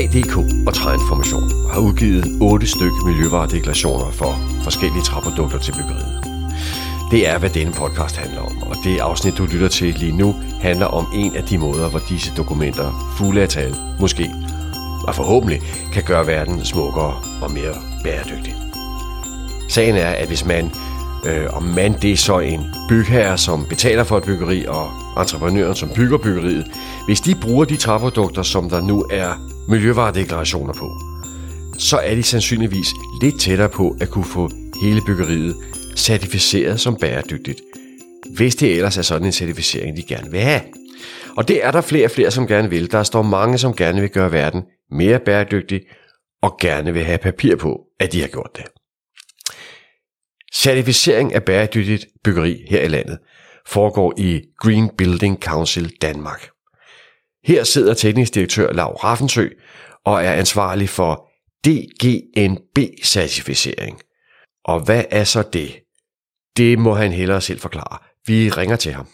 ADK og Træinformation har udgivet 8 stykker miljøvaredeklarationer for forskellige træprodukter til byggeriet. Det er, hvad denne podcast handler om, og det afsnit, du lytter til lige nu, handler om en af de måder, hvor disse dokumenter, fulde af tal, måske, og forhåbentlig, kan gøre verden smukkere og mere bæredygtig. Sagen er, at hvis man det er så en bygherre, som betaler for et byggeri, og entreprenøren, som bygger byggeriet, hvis de bruger de træprodukter, som der nu er miljøvaredeklarationer på, så er de sandsynligvis lidt tættere på at kunne få hele byggeriet certificeret som bæredygtigt, hvis det ellers er sådan en certificering, de gerne vil have. Og det er der flere og flere, som gerne vil. Der står mange, som gerne vil gøre verden mere bæredygtig, og gerne vil have papir på, at de har gjort det. Certificering af bæredygtigt byggeri her i landet foregår i Green Building Council Danmark. Her sidder teknisk direktør Lau Raffensø og er ansvarlig for DGNB-certificering. Og hvad er så det? Det må han hellere selv forklare. Vi ringer til ham.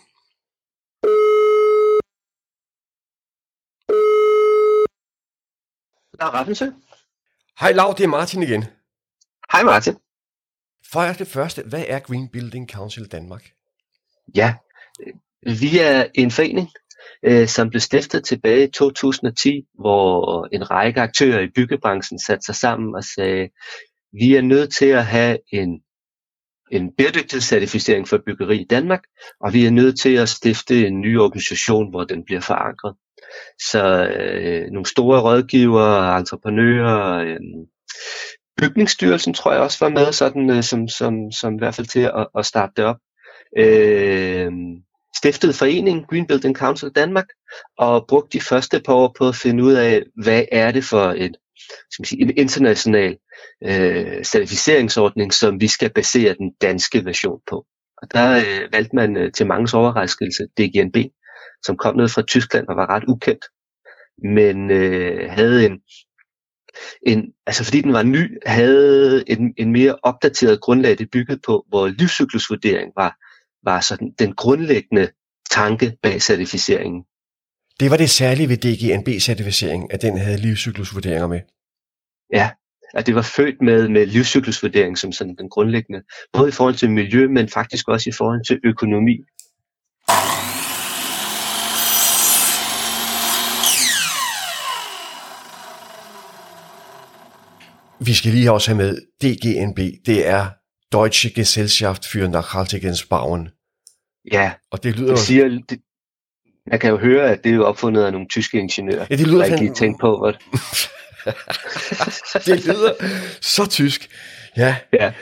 Lau Raffensø. Hej Lau, det er Martin igen. Hej Martin. For det første, hvad er Green Building Council Danmark? Ja, vi er en forening, som blev stiftet tilbage i 2010, hvor en række aktører i byggebranchen satte sig sammen og sagde, vi er nødt til at have en bæredygtighedscertificering for byggeri i Danmark, og vi er nødt til at stifte en ny organisation, hvor den bliver forankret. Så nogle store rådgivere, entreprenører, Bygningsstyrelsen tror jeg også var med, sådan, som i hvert fald til at starte det op. Stiftede foreningen Green Building Council Danmark, og brugte de første par år på at finde ud af, hvad er det for en international certificeringsordning, som vi skal basere den danske version på. Og der valgte man til manges overraskelse DGNB, som kom ned fra Tyskland og var ret ukendt, men havde altså fordi den var ny, havde en mere opdateret grundlag, det byggede på, hvor livscyklusvurdering var sådan den grundlæggende tanke bag certificeringen. Det var det særlige ved DGNB-certificering, at den havde livscyklusvurderinger med. Ja, at det var født med livscyklusvurdering som sådan den grundlæggende, både i forhold til miljø, men faktisk også i forhold til økonomi. Vi skal lige også have med DGNB, det er Deutsche Gesellschaft für Nachhaltiges Bauen. Ja, og det lyder jeg kan jo høre, at det er jo opfundet af nogle tyske ingeniører. Ja, det lyder jeg ikke lige tænkt på, hvad det lyder så tysk. Ja.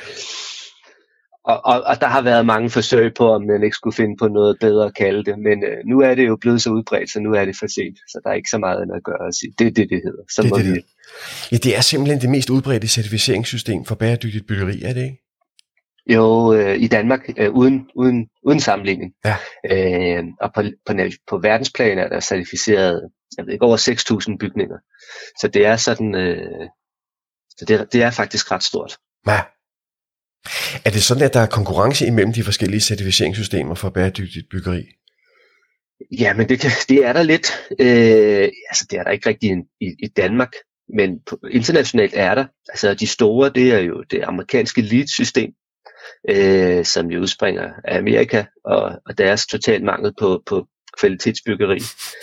Og der har været mange forsøg på, om man ikke skulle finde på noget bedre at kalde det, men nu er det jo blevet så udbredt, så nu er det for sent, så der er ikke så meget andet at gøre at sige. Det er det hedder. Så det. Ja, det er simpelthen det mest udbredte certificeringssystem for bæredygtigt byggeri, er det ikke? Jo, i Danmark uden sammenligning. Ja. Og på verdensplan er der certificeret, jeg ved ikke, over 6.000 bygninger. Så det er sådan, det er faktisk ret stort. Ja. Er det sådan, at der er konkurrence imellem de forskellige certificeringssystemer for bæredygtigt byggeri? Ja, men det er der lidt. Altså, det er der ikke rigtig i Danmark, men internationalt er der. Altså, de store, det er jo det amerikanske LEED-system, som jo udspringer af Amerika, og deres total mangel på kvalitetsbyggeri.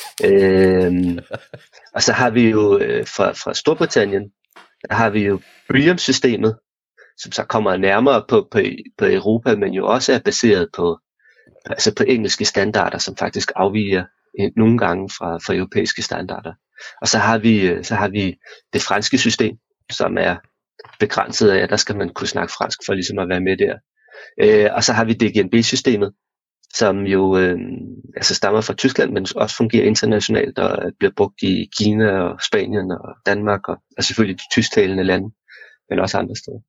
Og så har vi jo fra Storbritannien, der har vi jo BREEAM-systemet, som så kommer nærmere på Europa, men jo også er baseret på engelske standarder, som faktisk afviger nogle gange fra europæiske standarder. Og så har vi det franske system, som er begrænset af, at der skal man kunne snakke fransk for ligesom at være med der. Og så har vi DGNB-systemet, som jo stammer fra Tyskland, men også fungerer internationalt og bliver brugt i Kina og Spanien og Danmark og selvfølgelig de tysktalende lande, men også andre steder.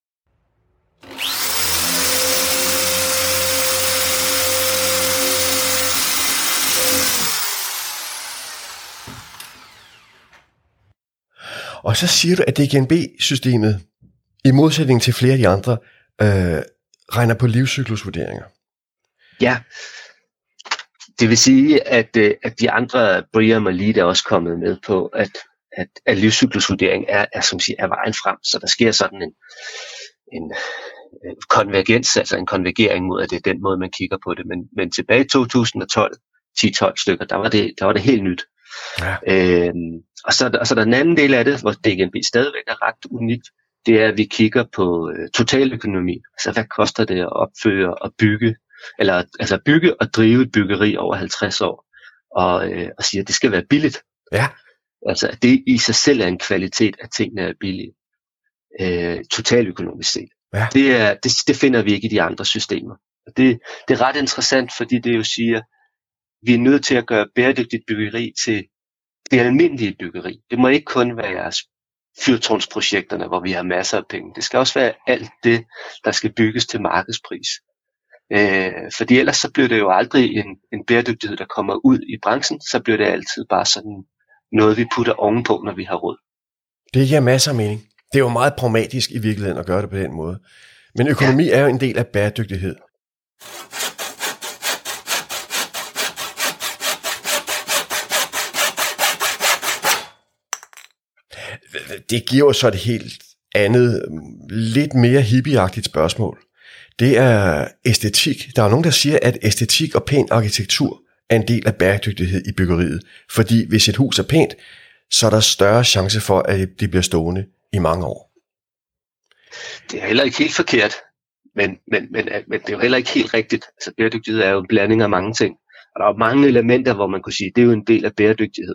Og så siger du, at DGNB-systemet, i modsætning til flere af de andre, regner på livscyklusvurderinger. Ja, det vil sige, at de andre BREEAM og LEED er også kommet med på, at at livscyklusvurdering er, som siger, er vejen frem. Så der sker sådan en konvergens, altså en konvergering mod, at det er den måde, man kigger på det. Men tilbage i 2012, 10-12 stykker, der var det helt nyt. Ja. Og så er der en anden del af det, hvor DGNB stadigvæk er ret unikt. Det er, at vi kigger på totaløkonomi. Altså, hvad koster det at opføre og bygge, eller altså bygge og drive et byggeri over 50 år, og siger, at det skal være billigt. Ja. Altså, at det i sig selv er en kvalitet, at tingene er billige. Totaløkonomisk set. Ja. Det finder vi ikke i de andre systemer. Og det er ret interessant, fordi det jo siger, vi er nødt til at gøre bæredygtigt byggeri til det almindelige byggeri. Det må ikke kun være fyrtårnsprojekterne, hvor vi har masser af penge. Det skal også være alt det, der skal bygges til markedspris. Fordi ellers så bliver det jo aldrig en bæredygtighed, der kommer ud i branchen. Så bliver det altid bare sådan noget, vi putter ovenpå, når vi har råd. Det giver masser af mening. Det er jo meget pragmatisk i virkeligheden at gøre det på den måde. Men økonomi er jo en del af bæredygtighed. Det giver jo så et helt andet, lidt mere hippieagtigt spørgsmål. Det er æstetik. Der er nogen, der siger, at æstetik og pæn arkitektur er en del af bæredygtighed i byggeriet. Fordi hvis et hus er pænt, så er der større chance for, at det bliver stående i mange år. Det er heller ikke helt forkert, men det er jo heller ikke helt rigtigt. Altså bæredygtighed er jo en blanding af mange ting. Og der er mange elementer, hvor man kunne sige, at det er jo en del af bæredygtighed.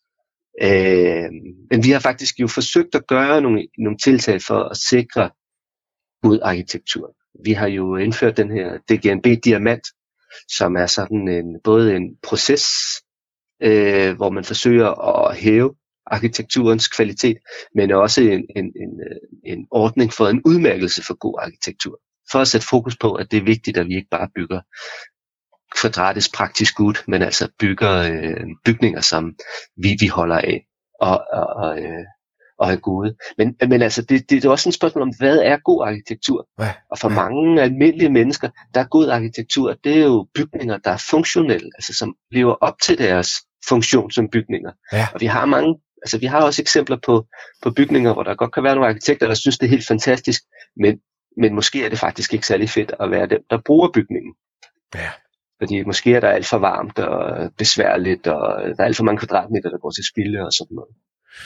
Men vi har faktisk jo forsøgt at gøre nogle tiltag for at sikre god arkitektur. Vi har jo indført den her DGNB Diamant, som er sådan både en proces, hvor man forsøger at hæve arkitekturens kvalitet, men også en ordning for en udmærkelse for god arkitektur. For at sætte fokus på, at det er vigtigt, at vi ikke bare bygger kvadratisk praktisk ud, men altså bygger bygninger, som vi holder af og er gode. Men altså, det er også et spørgsmål om, hvad er god arkitektur? Ja. Og for mange almindelige mennesker, der er god arkitektur, det er jo bygninger, der er funktionelle, altså som lever op til deres funktion som bygninger. Ja. Og vi har også eksempler på bygninger, hvor der godt kan være nogle arkitekter, der synes, det er helt fantastisk, men måske er det faktisk ikke særlig fedt at være dem, der bruger bygningen. Ja. Fordi måske er der alt for varmt og besværligt, og der er alt for mange kvadratmeter, der går til spilde og sådan noget.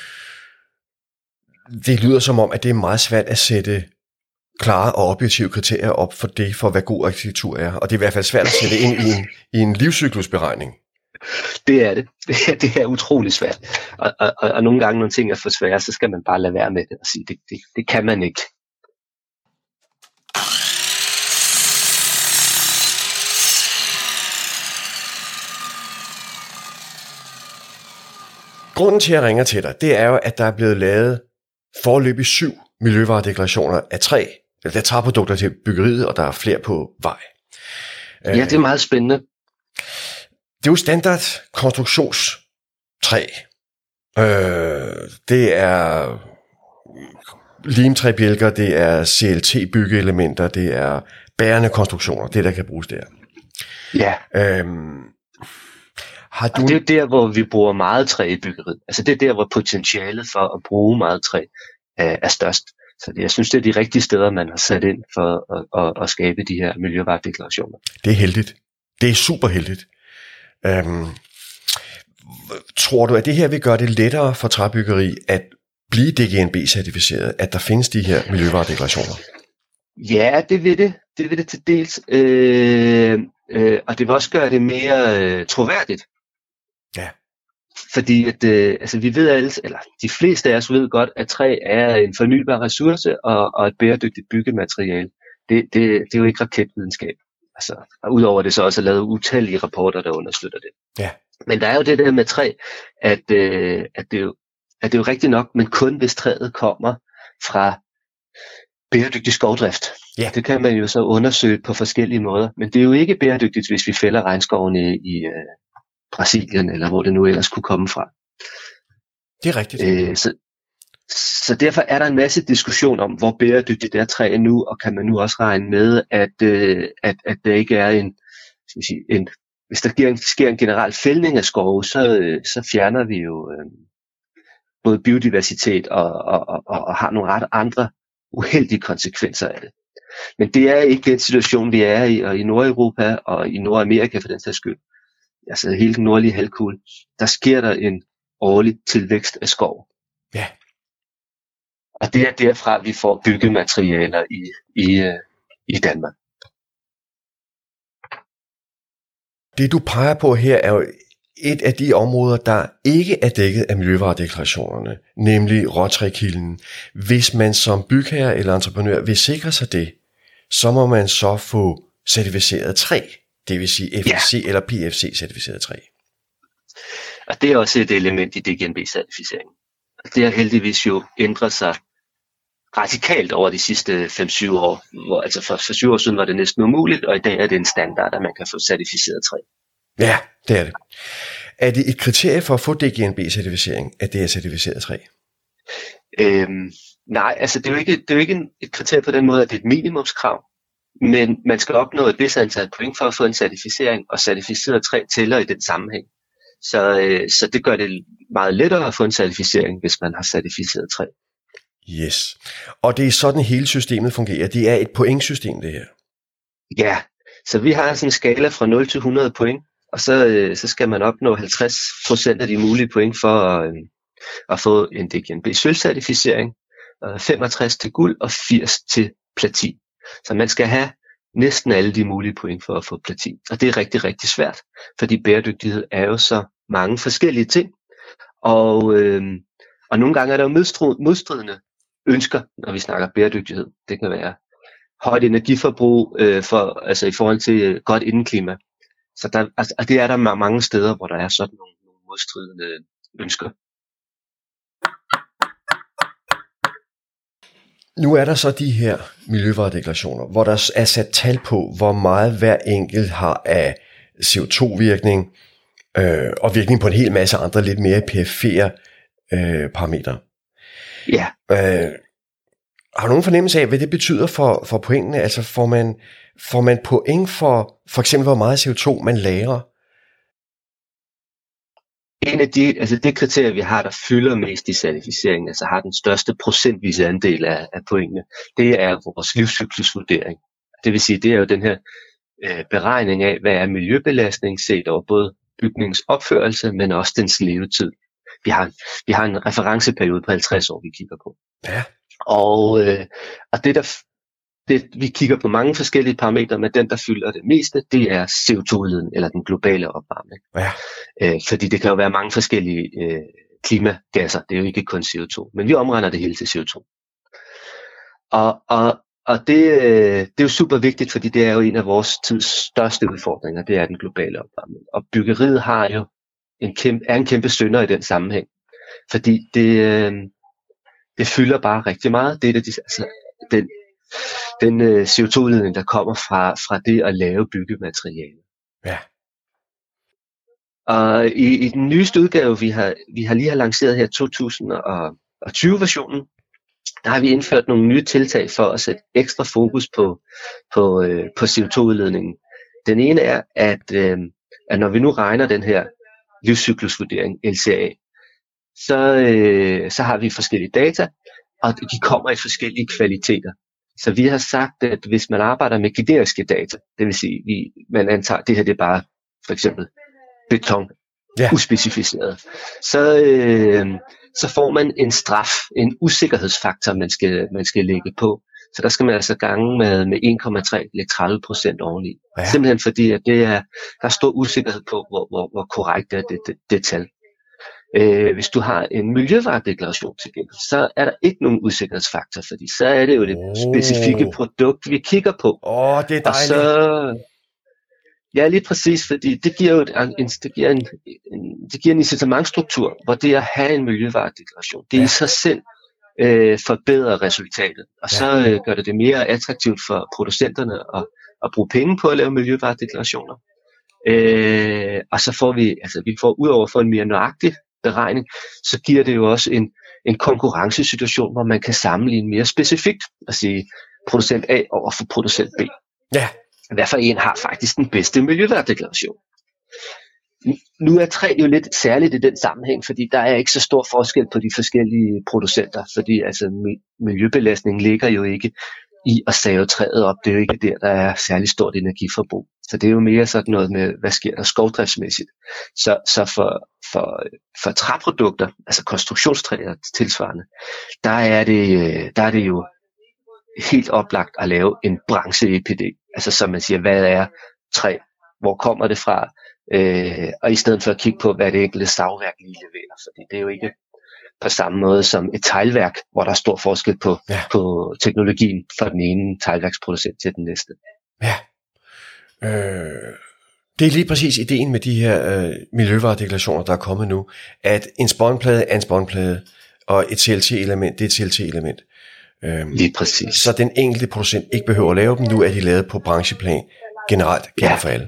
Det lyder som om, at det er meget svært at sætte klare og objektive kriterier op for det, for hvad god arkitektur er. Og det er i hvert fald svært at sætte ind i en livscyklusberegning. Det er det. Det er utrolig svært. Og nogle gange, når ting er for svære, så skal man bare lade være med det og sige, det kan man ikke. Grunden til, at jeg ringer til dig, det er jo, at der er blevet lavet foreløbig 7 miljøvaredeklarationer af træprodukter til byggeriet, og der er flere på vej. Ja, det er meget spændende. Det er jo standard konstruktionstræ. Det er limtræbjælker, det er CLT-byggeelementer, det er bærende konstruktioner, det der kan bruges der. Ja. Det er jo der, hvor vi bruger meget træ i byggeriet. Altså det er der, hvor potentialet for at bruge meget træ er størst. Så jeg synes, det er de rigtige steder, man har sat ind for at skabe de her miljøvaredeklarationer. Det er heldigt. Det er super heldigt. Tror du, at det her vil gøre det lettere for træbyggeri at blive DGNB-certificeret, at der findes de her miljøvaredeklarationer? Ja, det vil det. Det vil det til dels. Og det vil også gøre det mere troværdigt. Ja. Fordi at, vi ved alle, eller de fleste af os ved godt, at træ er en fornybar ressource og et bæredygtigt byggemateriale. Det er jo ikke raketvidenskab. Altså, og udover det så også er lavet utallige rapporter, der understøtter det. Ja. Men der er jo det der med træ, at det er jo rigtigt nok, men kun hvis træet kommer fra bæredygtig skovdrift. Ja. Det kan man jo så undersøge på forskellige måder. Men det er jo ikke bæredygtigt, hvis vi fælder regnskovene i Brasilien, eller hvor det nu ellers kunne komme fra. Det er rigtigt. Så derfor er der en masse diskussion om, hvor bæredygtigt er træ nu, og kan man nu også regne med, at der ikke er hvis der sker en generel fældning af skove, så fjerner vi jo både biodiversitet og har nogle ret andre uheldige konsekvenser af det. Men det er ikke den situation, vi er i, og i Nordeuropa og i Nordamerika for den sags skyld, altså hele den nordlige halvkugle, der sker der en årlig tilvækst af skov. Ja. Og det er derfra, vi får byggematerialer i Danmark. Det du peger på her er jo et af de områder, der ikke er dækket af miljøvaredeklarationerne, nemlig råtrækilden. Hvis man som bygherre eller entreprenør vil sikre sig det, så må man så få certificeret træ, det vil sige FSC eller PEFC-certificeret træ. Og det er også et element i DGNB-certificeringen. Det har heldigvis jo ændret sig radikalt over de sidste 5-7 år. Hvor, altså for 7 år siden var det næsten umuligt, og i dag er det en standard, at man kan få certificeret træ. Ja, det er det. Er det et kriterie for at få DGNB-certificering, at det er certificeret træ? Nej, altså det er jo ikke et kriterie på den måde, at det er et minimumskrav. Men man skal opnå et vist antal point for at få en certificering, og certificeret træ tæller i den sammenhæng. Så det gør det meget lettere at få en certificering, hvis man har certificeret træ. Yes. Og det er sådan hele systemet fungerer. Det er et pointsystem, det her. Ja, så vi har sådan en skala fra 0 til 100 point, og så skal man opnå 50% af de mulige point for at få en DGNB sølvcertificering, 65 til guld og 80 til platin. Så man skal have næsten alle de mulige point for at få platin. Og det er rigtig, rigtig svært, fordi bæredygtighed er jo så mange forskellige ting. Og nogle gange er der jo modstridende ønsker, når vi snakker bæredygtighed. Det kan være højt energiforbrug altså i forhold til godt indeklima. Så det er der mange steder, hvor der er sådan nogle modstridende ønsker. Nu er der så de her miljøvaredeklarationer, hvor der er sat tal på, hvor meget hver enkelt har af CO2-virkning og virkning på en hel masse andre lidt mere perifere parametre. Ja. Har du nogen fornemmelse af, hvad det betyder for pointene? Altså får man point for eksempel, hvor meget CO2 man lagrer? En af det kriterie, vi har, der fylder mest i certificeringen, altså har den største procentvise andel af pointene, det er vores livscyklusvurdering. Det vil sige, det er jo den her beregning af, hvad er miljøbelastning set over både bygningens opførelse, men også dens levetid. Vi har en referenceperiode på 50 år, vi kigger på. Ja. Og vi kigger på mange forskellige parametre, men den, der fylder det meste, det er CO2-udledning, eller den globale opvarmning. Ja. Fordi det kan jo være mange forskellige klimagasser, det er jo ikke kun CO2, men vi omregner det hele til CO2. Og det er jo super vigtigt, fordi det er jo en af vores tids største udfordringer, det er den globale opvarmning. Og byggeriet har jo en kæmpe synder i den sammenhæng, fordi det fylder bare rigtig meget. Det er altså den CO2-udledning, der kommer fra det at lave byggemateriale. Ja. Og i den nyeste udgave, vi har lige lanceret her 2020-versionen, der har vi indført nogle nye tiltag for at sætte ekstra fokus på CO2-udledningen. Den ene er, at når vi nu regner den her livscyklusvurdering, LCA, så har vi forskellige data, og de kommer i forskellige kvaliteter. Så vi har sagt, at hvis man arbejder med generiske data, det vil sige, man antager, at det her det er bare for eksempel beton, uspecificeret, så får man en straf, en usikkerhedsfaktor, man skal lægge på. Så der skal man altså gange med 1,3 eller 30% oveni. Ja. Simpelthen fordi, at der er stor usikkerhed på, hvor korrekt er det tal. Hvis du har en miljøvaredeklaration til gengæld, så er der ikke nogen usikkerhedsfaktor, fordi så er det jo det specifikke produkt, vi kigger på. Det er dejligt. Ja, lige præcis, fordi det giver jo en incitamentstruktur, hvor det at have en miljøvaredeklaration, det i sig selv forbedrer resultatet, og så gør det mere attraktivt for producenterne at bruge penge på at lave miljøvaredeklarationer. Og så får vi udover at få en mere nøjagtig beregning, så giver det jo også en konkurrencesituation, hvor man kan sammenligne mere specifikt og sige producent A over for producent B. Ja. Hvad for en har faktisk den bedste miljøvaredeklaration? Nu er træ jo lidt særligt i den sammenhæng, fordi der er ikke så stor forskel på de forskellige producenter, fordi altså miljøbelastningen ligger jo ikke i at save træet op. Det er jo ikke der er særlig stort energiforbrug. Så det er jo mere sådan noget med, hvad sker der skovdriftsmæssigt. Så for træprodukter, altså konstruktionstræer tilsvarende, der er det jo helt oplagt at lave en branche-EPD. Altså som man siger, hvad er træ? Hvor kommer det fra? Og i stedet for at kigge på, hvad det enkelte stavværk lige leverer. Fordi det er jo ikke på samme måde som et teglværk, hvor der er stor forskel på teknologien fra den ene teglværksproducent til den næste. Ja. Det er lige præcis ideen med de her miljøvaredeklarationer, der er kommet nu, at en spånplade er en spånplade, og et CLT-element, det er et CLT-element. Lige præcis. Så den enkelte producent ikke behøver at lave dem. Nu er de lavet på brancheplan generelt, for alle.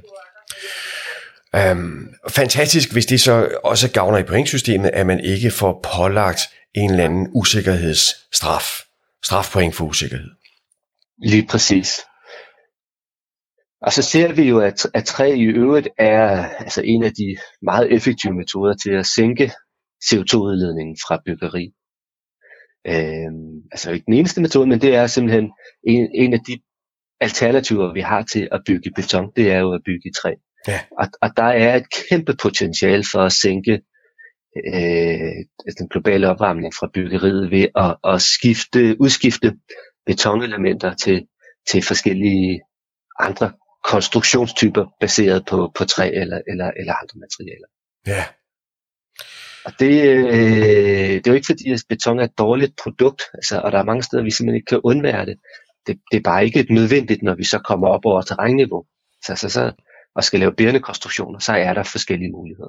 Fantastisk, hvis det så også gavner i pointsystemet, at man ikke får pålagt en eller anden usikkerhedsstraf. Strafpoint for usikkerhed. Lige præcis. Og så ser vi jo, at træ i øvrigt er altså en af de meget effektive metoder til at sænke CO2-udledningen fra byggeri. Altså ikke den eneste metode, men det er simpelthen en af de alternativer, vi har til at bygge beton, det er jo at bygge i træ. Ja. Og der er et kæmpe potentiale for at sænke den globale opvarmning fra byggeriet ved at udskifte betonelementer til forskellige andre konstruktionstyper baseret på træ eller andre materialer. Ja. Og det er jo ikke fordi, at beton er et dårligt produkt, altså, og der er mange steder, vi simpelthen ikke kan undvære det. Det er bare ikke nødvendigt, når vi så kommer op over terrænniveau. Så og skal lave bærende konstruktioner, så er der forskellige muligheder.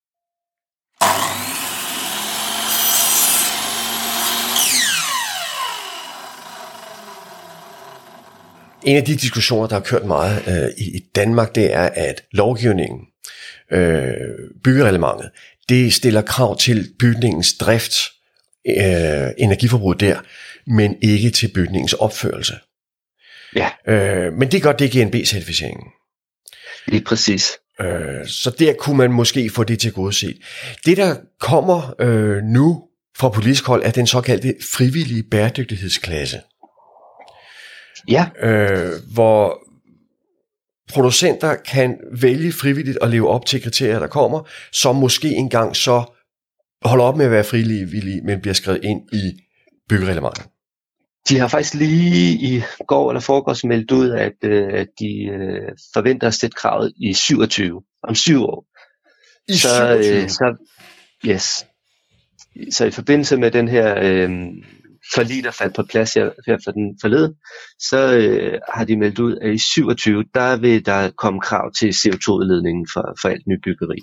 En af de diskussioner, der har kørt meget i Danmark, det er, at lovgivningen, byggereglementet, det stiller krav til bygningens drift, energiforbrug der, men ikke til bygningens opførelse. Ja. Men det gør DGNB-certificeringen. Lige præcis. Så der kunne man måske få det til godset. Det, der kommer nu fra politisk hold, er den såkaldte frivillige bæredygtighedsklasse. Ja. Hvor producenter kan vælge frivilligt at leve op til kriterier, der kommer, som måske engang så holder op med at være frivillige, men bliver skrevet ind i byggereglementet. De har faktisk lige i går eller forgårs meldt ud, at de forventer at sætte kravet i 27, om 7 år. I 27? Så i forbindelse med den her forlig, der faldt på plads her for den forleden, så har de meldt ud, at i 27, der vil der komme krav til CO2-udledningen for alt nybyggeri.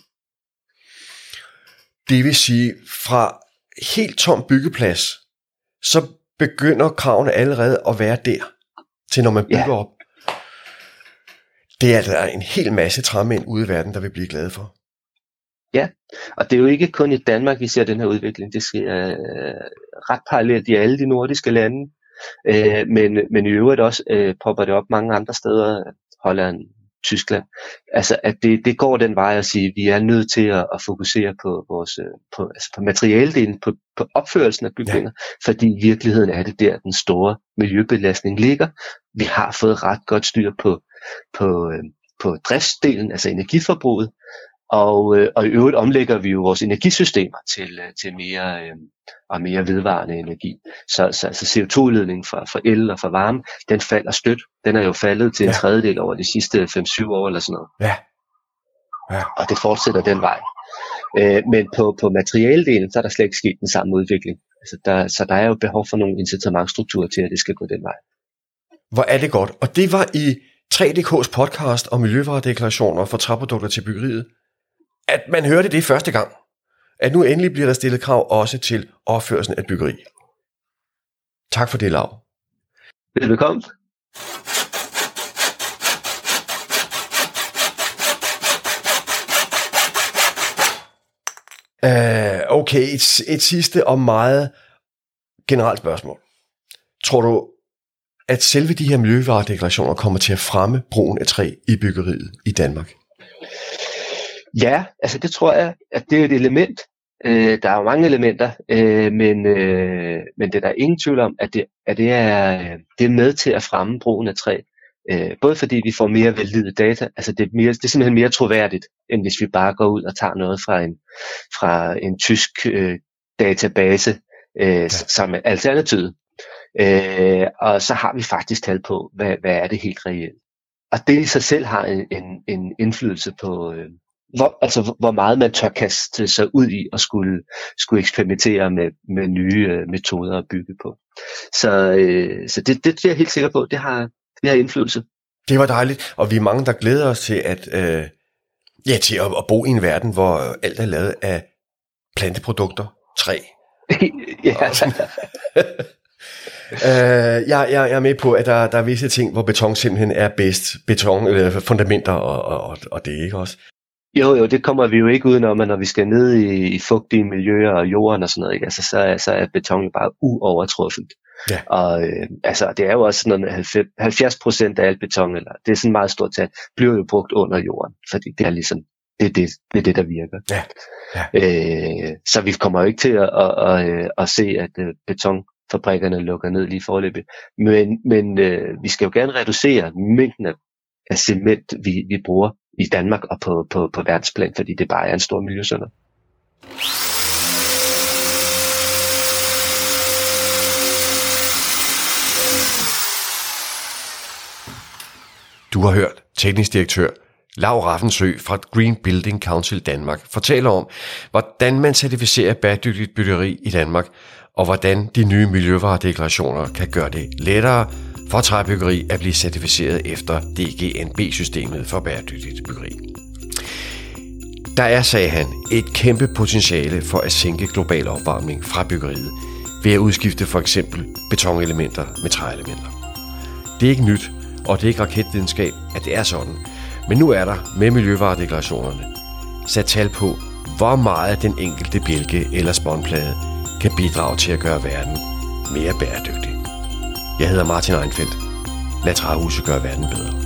Det vil sige, fra helt tom byggeplads, så begynder kravene allerede at være der, til når man bygger op. Det er altså en hel masse træmænd ude i verden, der vil blive glade for. Ja, og det er jo ikke kun i Danmark, vi ser den her udvikling. Det sker ret parallelt i alle de nordiske lande. Men i øvrigt også popper det op mange andre steder, Holland, Tyskland. Altså at det går den vej at sige, at vi er nødt til at fokusere på vores på materialdelen, på opførelsen af bygninger, fordi i virkeligheden er det der den store miljøbelastning ligger. Vi har fået ret godt styr på driftsdelen, altså energiforbruget, og i øvrigt omlægger vi jo vores energisystemer til mere vedvarende energi. Så CO2-udledningen fra el og fra varme, den falder stødt. Den er jo faldet til en tredjedel over de sidste 5-7 år eller sådan noget. Ja. Og det fortsætter den vej. Men på materialdelen, så er der slet ikke sket den samme udvikling. Altså så der er jo behov for nogle incitamentstrukturer til, at det skal gå den vej. Hvor er det godt. Og det var i 3DK's podcast om miljøvaredeklarationer for træprodukter til byggeriet, at man hørte det første gang, at nu endelig bliver der stillet krav også til opførelsen af byggeri. Tak for det, Lau. Velkommen. Okay, et sidste og meget generelt spørgsmål. Tror du, at selve de her miljøvaredeklarationer kommer til at fremme brugen af træ i byggeriet i Danmark? Ja, altså det tror jeg, at det er et element. Der er jo mange elementer, men det er der ingen tvivl om, at det er med til at fremme brugen af træ. Både fordi vi får mere validt data, altså det er simpelthen mere troværdigt, end hvis vi bare går ud og tager noget fra en tysk database som alternativet. Og så har vi faktisk tal på, hvad er det helt reelt. Og det i sig selv har en indflydelse på, hvor meget man tør kaste sig ud i og skulle eksperimentere med nye metoder at bygge på. Så det er jeg helt sikker på, det har indflydelse. Det var dejligt, og vi er mange, der glæder os til til at bo i en verden, hvor alt er lavet af planteprodukter, træ. Ja. Jeg er med på, at der er visse ting, hvor beton simpelthen er bedst. Beton, fundamenter og det, ikke også? Jo, det kommer vi jo ikke udenom, at når vi skal ned i fugtige miljøer og jorden og sådan noget, ikke? Altså, så er beton jo bare uovertruffent. Ja. Og det er jo også sådan noget, 70% af alt beton, eller det er sådan en meget stort tal, bliver jo brugt under jorden, fordi det er ligesom, det er det, der virker. Ja. Så vi kommer jo ikke til at se, at betonfabrikkerne lukker ned lige foreløbig. Men vi skal jo gerne reducere mængden af cement, vi bruger i Danmark og på verdensplan, fordi det bare er en stor miljøsynder. Du har hørt teknisk direktør Lau Raffensø fra Green Building Council Danmark fortæller om, hvordan man certificerer bæredygtigt byggeri i Danmark, og hvordan de nye miljøvaredeklarationer kan gøre det lettere for træbyggeri at blive certificeret efter DGNB-systemet for bæredygtigt byggeri. Der er, sagde han, et kæmpe potentiale for at sænke global opvarmning fra byggeriet ved at udskifte for eksempel betonelementer med træelementer. Det er ikke nyt, og det er ikke raketvidenskab, at det er sådan. Men nu er der med miljøvaredeklarationerne sat tal på, hvor meget den enkelte bjælke eller spånplade kan bidrage til at gøre verden mere bæredygtig. Jeg hedder Martin Einfeldt. Lad træhuse gøre verden bedre.